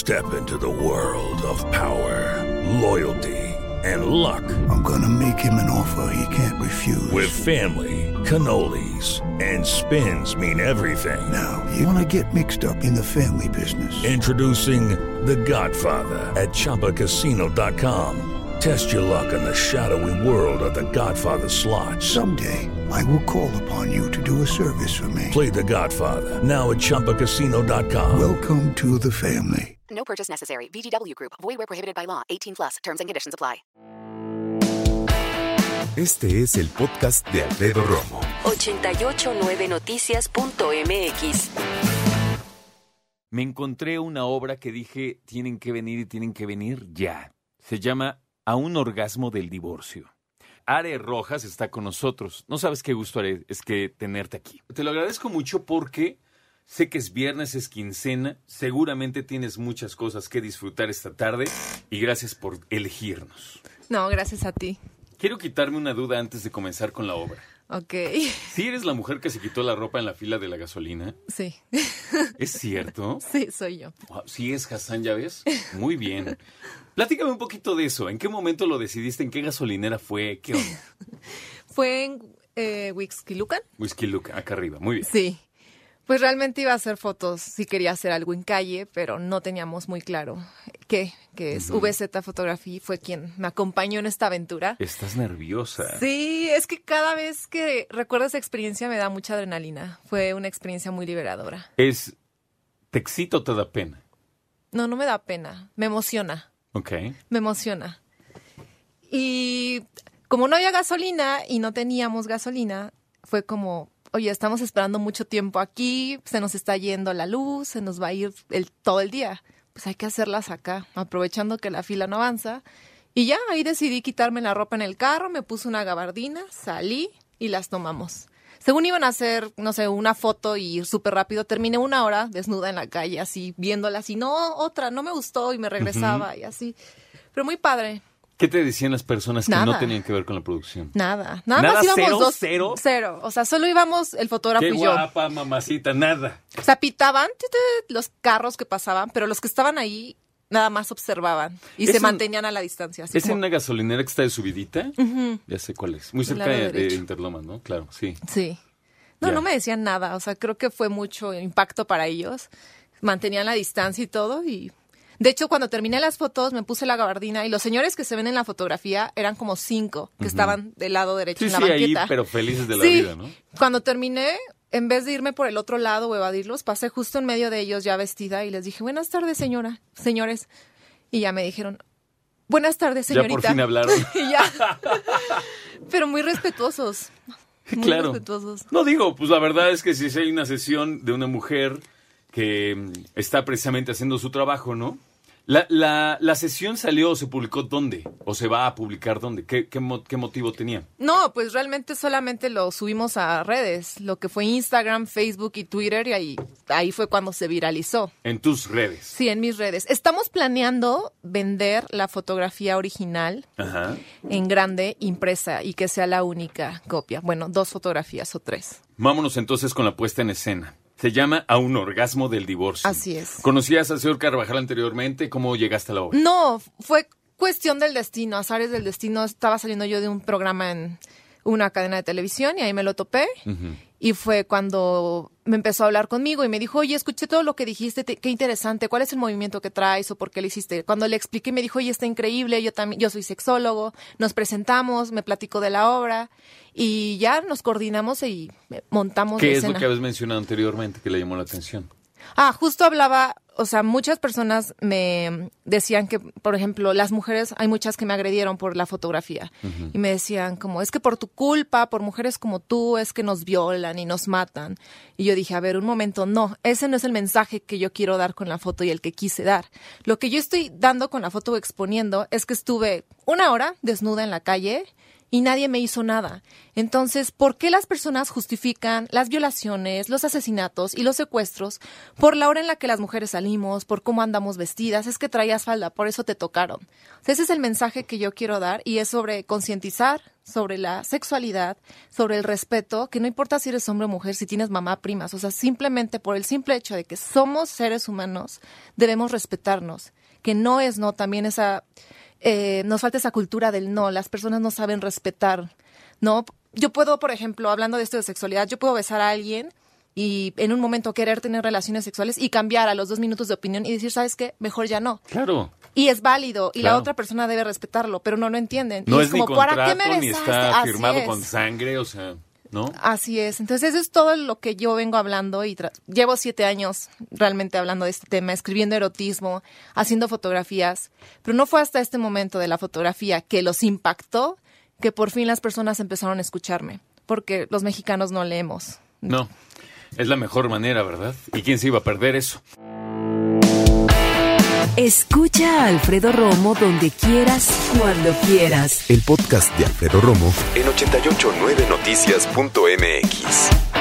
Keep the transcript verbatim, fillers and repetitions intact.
Step into the world of power, loyalty, and luck. I'm gonna make him an offer he can't refuse. With family, cannolis, and spins mean everything. Now, you wanna get mixed up in the family business. Introducing The Godfather at Chumba Casino dot com. Test your luck in the shadowy world of The Godfather slot. Someday, I will call upon you to do a service for me. Play The Godfather now at Chumba Casino dot com. Welcome to the family. No purchase necessary. V G W Group. Void where prohibited by law. eighteen plus. Terms and conditions apply. Este es el podcast de Alfredo Romo. ochenta y ocho nueve noticias punto m x. Me encontré una obra que dije, tienen que venir y tienen que venir ya. Se llama A un orgasmo del divorcio. Are Rojas está con nosotros. No sabes qué gusto, Are, es que tenerte aquí. Te lo agradezco mucho porque sé que es viernes, es quincena. Seguramente tienes muchas cosas que disfrutar esta tarde y gracias por elegirnos. No, gracias a ti. Quiero quitarme una duda antes de comenzar con la obra. Ok. ¿Sí eres la mujer que se quitó la ropa en la fila de la gasolina? Sí. ¿Es cierto? Sí, soy yo. Wow, ¿sí es Hassan, ya ves? Muy bien. Platícame un poquito de eso. ¿En qué momento lo decidiste? ¿En qué gasolinera fue? ¿Qué onda? Fue en eh, Huixquilucan. Huixquilucan, acá arriba. Muy bien. Sí. Pues realmente iba a hacer fotos, sí quería hacer algo en calle, pero no teníamos muy claro qué, que es. Uh-huh. V Z Fotografía fue quien me acompañó en esta aventura. ¿Estás nerviosa? Sí, es que cada vez que recuerdo esa experiencia me da mucha adrenalina. Fue una experiencia muy liberadora. ¿Es te excita o te da pena? No, no me da pena, me emociona. Ok. Me emociona. Y como no había gasolina y no teníamos gasolina, fue como, oye, estamos esperando mucho tiempo aquí, se nos está yendo la luz, se nos va a ir el, todo el día. Pues hay que hacerlas acá, aprovechando que la fila no avanza. Y ya, ahí decidí quitarme la ropa en el carro, me puse una gabardina, salí y las tomamos. Según iban a hacer, no sé, una foto y ir súper rápido, terminé una hora desnuda en la calle, así, viéndolas. Y no, otra, no me gustó y me regresaba uh-huh. y así. Pero muy padre. ¿Qué te decían las personas Nada. que no tenían que ver con la producción? Nada. Nada, ¿Nada más íbamos cero, dos. Cero. Cero. O sea, solo íbamos el fotógrafo Qué y yo. guapa, mamacita, nada. O sea, pitaban los carros que pasaban, pero los que estaban ahí nada más observaban y se en, mantenían a la distancia. Así ¿Es como... en una gasolinera que está de subidita? Uh-huh. Ya sé cuál es. Muy cerca de, de Interlomas, ¿no? Claro, sí. Sí. No, ya. no me decían nada. O sea, creo que fue mucho impacto para ellos. Mantenían la distancia y todo y... De hecho, cuando terminé las fotos, me puse la gabardina y los señores que se ven en la fotografía eran como cinco que uh-huh. estaban del lado derecho sí, en la sí, banqueta. Ahí, pero felices de la sí. vida, ¿no? Cuando terminé, en vez de irme por el otro lado o evadirlos, pasé justo en medio de ellos ya vestida y les dije, buenas tardes, señora, señores. Y ya me dijeron, buenas tardes, señorita. Ya por fin hablaron. y ya. Pero muy respetuosos. Muy claro. respetuosos. No digo, pues la verdad es que si hay una sesión de una mujer que está precisamente haciendo su trabajo, ¿no? La, la, la sesión salió o se publicó ¿dónde? ¿O se va a publicar dónde? ¿Qué, qué, mo- qué motivo tenía? No, pues realmente solamente lo subimos a redes, lo que fue Instagram, Facebook y Twitter, y ahí, ahí fue cuando se viralizó. En tus redes. Sí, en mis redes. Estamos planeando vender la fotografía original Ajá. en grande, impresa, y que sea la única copia. Bueno, dos fotografías o tres. Vámonos entonces con la puesta en escena. Se llama A un orgasmo del divorcio. Así es. ¿Conocías al señor Carvajal anteriormente? ¿Cómo llegaste a la obra? No, fue cuestión del destino, azares del destino. Estaba saliendo yo de un programa en una cadena de televisión y ahí me lo topé. Uh-huh. Y fue cuando me empezó a hablar conmigo y me dijo, oye, escuché todo lo que dijiste, te, qué interesante, ¿cuál es el movimiento que traes o por qué lo hiciste? Cuando le expliqué me dijo, oye, está increíble, yo también, yo soy sexólogo, nos presentamos, me platicó de la obra y ya nos coordinamos y montamos la ¿Qué es escena. lo que habías mencionado anteriormente que le llamó la atención? Ah, justo hablaba, o sea, muchas personas me decían que, por ejemplo, las mujeres, hay muchas que me agredieron por la fotografía. Uh-huh. Y me decían como, es que por tu culpa, por mujeres como tú, es que nos violan y nos matan. Y yo dije, a ver, un momento, no, ese no es el mensaje que yo quiero dar con la foto y el que quise dar. Lo que yo estoy dando con la foto o exponiendo es que estuve una hora desnuda en la calle y nadie me hizo nada. Entonces, ¿por qué las personas justifican las violaciones, los asesinatos y los secuestros por la hora en la que las mujeres salimos, por cómo andamos vestidas? Es que traías falda, por eso te tocaron. O sea, ese es el mensaje que yo quiero dar y es sobre concientizar sobre la sexualidad, sobre el respeto, que no importa si eres hombre o mujer, si tienes mamá, primas, o sea, simplemente por el simple hecho de que somos seres humanos, debemos respetarnos, que no es no, también esa, eh, nos falta esa cultura del no, las personas no saben respetar, ¿no? Yo puedo, por ejemplo, hablando de esto de sexualidad, yo puedo besar a alguien y en un momento querer tener relaciones sexuales y cambiar a los dos minutos de opinión y decir, ¿sabes qué? Mejor ya no. Claro. Y es válido, y Claro. la otra persona debe respetarlo, pero no lo entienden. No y es, es como, ni ¿para contrato, qué me ni besaste? está Así firmado es. con sangre, o sea, ¿no? Así es. Entonces, eso es todo lo que yo vengo hablando y tra- llevo siete años realmente hablando de este tema, escribiendo erotismo, haciendo fotografías, pero no fue hasta este momento de la fotografía que los impactó que por fin las personas empezaron a escucharme, porque los mexicanos no leemos. No. Es la mejor manera, ¿verdad? ¿Y quién se iba a perder eso? Escucha a Alfredo Romo donde quieras, cuando quieras. El podcast de Alfredo Romo en ochenta y ocho punto nueve noticias punto m x.